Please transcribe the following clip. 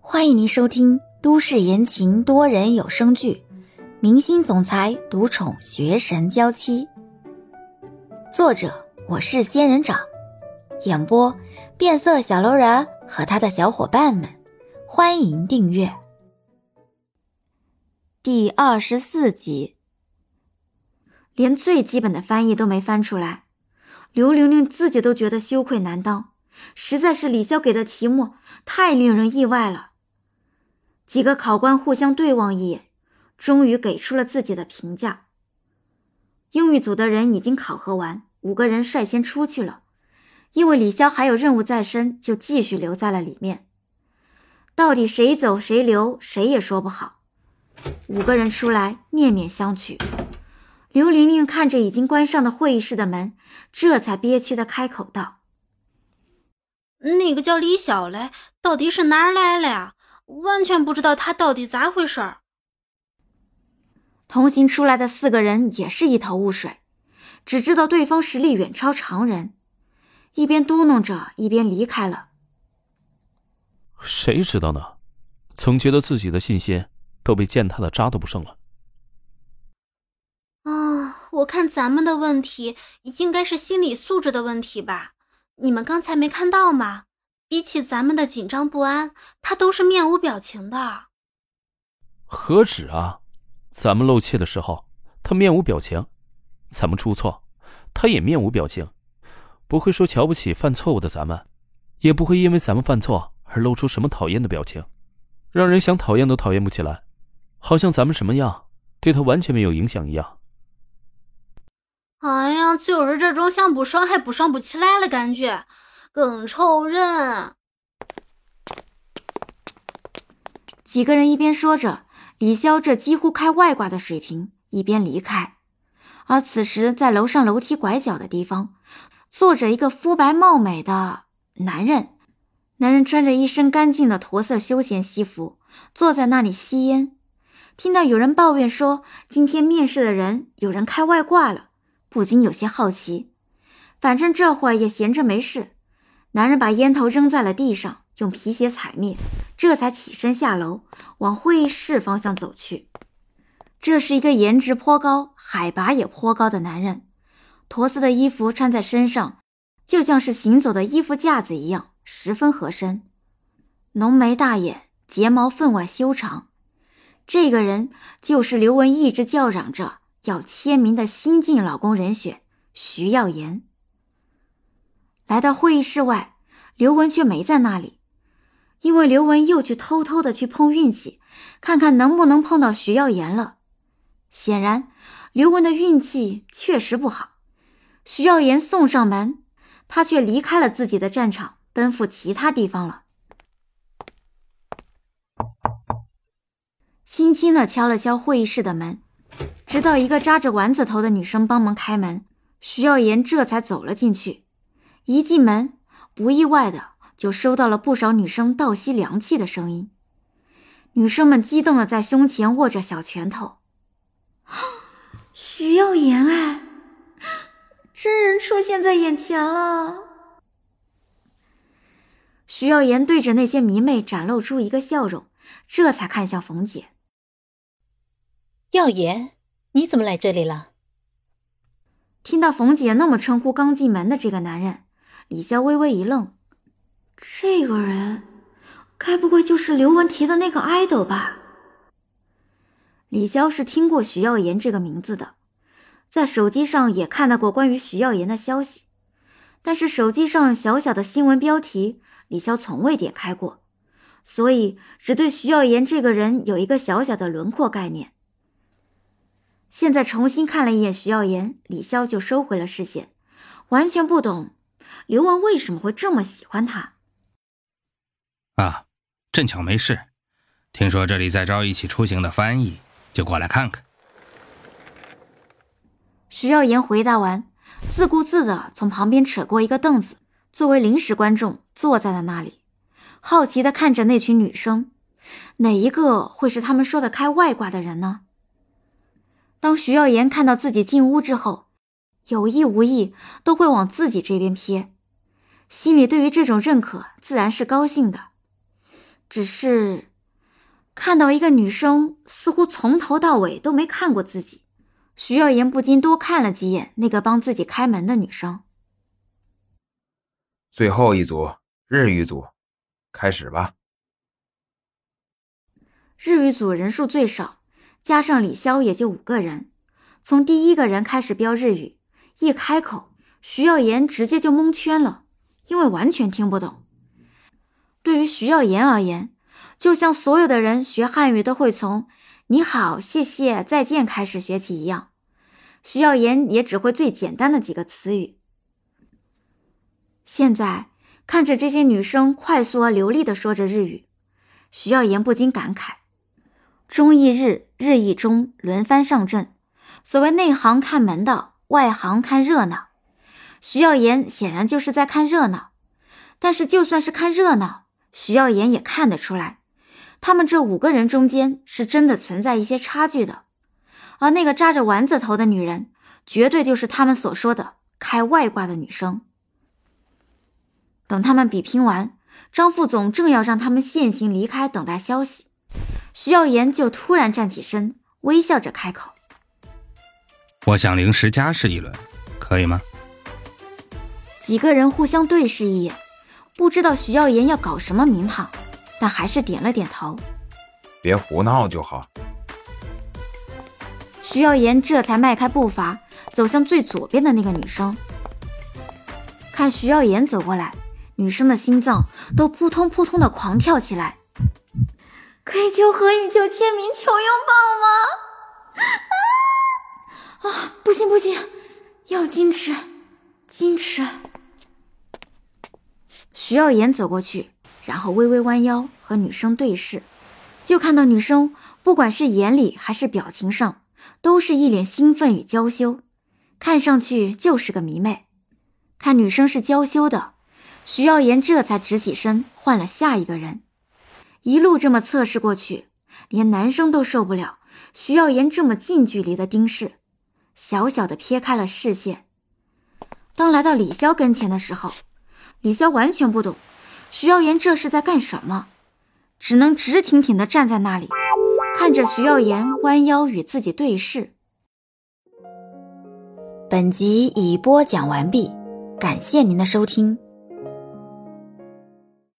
欢迎您收听都市言情多人有声剧《明星总裁独宠学神娇妻》，作者我是仙人掌，演播变色小楼人和他的小伙伴们。欢迎订阅。第24集。连最基本的翻译都没翻出来，刘玲玲自己都觉得羞愧难当，实在是李潇给的题目太令人意外了。几个考官互相对望一眼，终于给出了自己的评价。英语组的人已经考核完，5个人率先出去了，因为李潇还有任务在身，就继续留在了里面。到底谁走谁留，谁也说不好。5个人出来面面相觑，刘玲玲看着已经关上的会议室的门，这才憋屈地开口道： 那个叫李晓嘞，到底是哪儿来了呀？完全不知道他到底咋回事儿。 同行出来的4个人也是一头雾水，只知道对方实力远超常人，一边嘟囔着一边离开了。 谁知道呢？总觉得自己的信心都被践踏的渣都不剩了。 我看咱们的问题应该是心理素质的问题吧？你们刚才没看到吗？比起咱们的紧张不安，他都是面无表情的。 何止啊，咱们露怯的时候他面无表情，咱们出错他也面无表情，不会说瞧不起犯错误的咱们，也不会因为咱们犯错而露出什么讨厌的表情，让人想讨厌都讨厌不起来，好像咱们什么样对他完全没有影响一样。 哎呀，就是这种想不爽还不爽不起来的感觉，更愁人。 几个人一边说着李潇这几乎开外挂的水平，一边离开。而此时在楼上楼梯拐角的地方，坐着一个肤白貌美的男人。男人穿着一身干净的驼色休闲西服，坐在那里吸烟。听到有人抱怨说今天面试的人有人开外挂了，不禁有些好奇。反正这会儿也闲着没事，男人把烟头扔在了地上，用皮鞋踩灭，这才起身下楼，往会议室方向走去。这是一个颜值颇高、海拔也颇高的男人，驼色的衣服穿在身上，就像是行走的衣服架子一样，十分合身。浓眉大眼，睫毛分外修长。这个人就是刘雯一直叫嚷着要签名的新晋老公人选徐耀言。来到会议室外，刘雯却没在那里，因为刘雯又去偷偷的去碰运气，看看能不能碰到徐耀言了。显然刘雯的运气确实不好，徐耀言送上门，他却离开了自己的战场，奔赴其他地方了。轻轻地敲了敲会议室的门，直到一个扎着丸子头的女生帮忙开门，徐耀言这才走了进去。一进门，不意外的就收到了不少女生倒吸凉气的声音。女生们激动的在胸前握着小拳头。徐耀言哎，真人出现在眼前了。徐耀言对着那些迷妹展露出一个笑容，这才看向冯姐。 耀言，你怎么来这里了？ 听到冯姐那么称呼刚进门的这个男人，李潇微微一愣，这个人该不会就是刘雯提的那个 idol 吧？李潇是听过徐耀言这个名字的，在手机上也看到过关于徐耀言的消息，但是手机上小小的新闻标题李潇从未点开过，所以只对徐耀言这个人有一个小小的轮廓概念。现在重新看了一眼徐耀言，李潇就收回了视线，完全不懂刘雯为什么会这么喜欢他。 正巧没事，听说这里在招一起出行的翻译，就过来看看。 徐耀言回答完，自顾自地从旁边扯过一个凳子，作为临时观众坐在了那里，好奇地看着那群女生，哪一个会是他们说的开外挂的人呢？当徐耀言看到自己进屋之后，有意无意都会往自己这边瞥，心里对于这种认可自然是高兴的。 只是看到一个女生似乎从头到尾都没看过自己，徐耀言不禁多看了几眼那个帮自己开门的女生。 最后一组，日语组，开始吧。 日语组人数最少，加上李潇也就5个人。从第一个人开始飙日语，一开口，徐耀言直接就蒙圈了，因为完全听不懂。对于徐耀言而言，就像所有的人学汉语都会从你好、谢谢、再见开始学起一样，徐耀言也只会最简单的几个词语。现在看着这些女生快速而流利地说着日语，徐耀言不禁感慨，中译日，日译中，轮番上阵。所谓内行看门道，外行看热闹。徐耀言显然就是在看热闹，但是就算是看热闹，徐耀言也看得出来，他们这5个人中间是真的存在一些差距的。而那个扎着丸子头的女人，绝对就是他们所说的开外挂的女生。等他们比拼完，张副总正要让他们现行离开等待消息，徐耀言就突然站起身，微笑着开口， 我想临时加试一轮，可以吗？ 几个人互相对视一眼，不知道徐耀言要搞什么名堂，但还是点了点头。 别胡闹就好。 徐耀言这才迈开步伐，走向最左边的那个女生。看徐耀言走过来，女生的心脏都扑通扑通的狂跳起来。可以求合影、求签名、求拥抱吗？不行不行，要矜持，矜持。徐耀言走过去，然后微微弯腰和女生对视，就看到女生不管是眼里还是表情上，都是一脸兴奋与娇羞，看上去就是个迷妹。看女生是娇羞的，徐耀言这才直起身换了下一个人。一路这么测试过去，连男生都受不了徐耀言这么近距离的盯视，小小的撇开了视线。当来到李潇跟前的时候，李潇完全不懂徐耀言这是在干什么，只能直挺挺地站在那里，看着徐耀言弯腰与自己对视。本集已播讲完毕，感谢您的收听。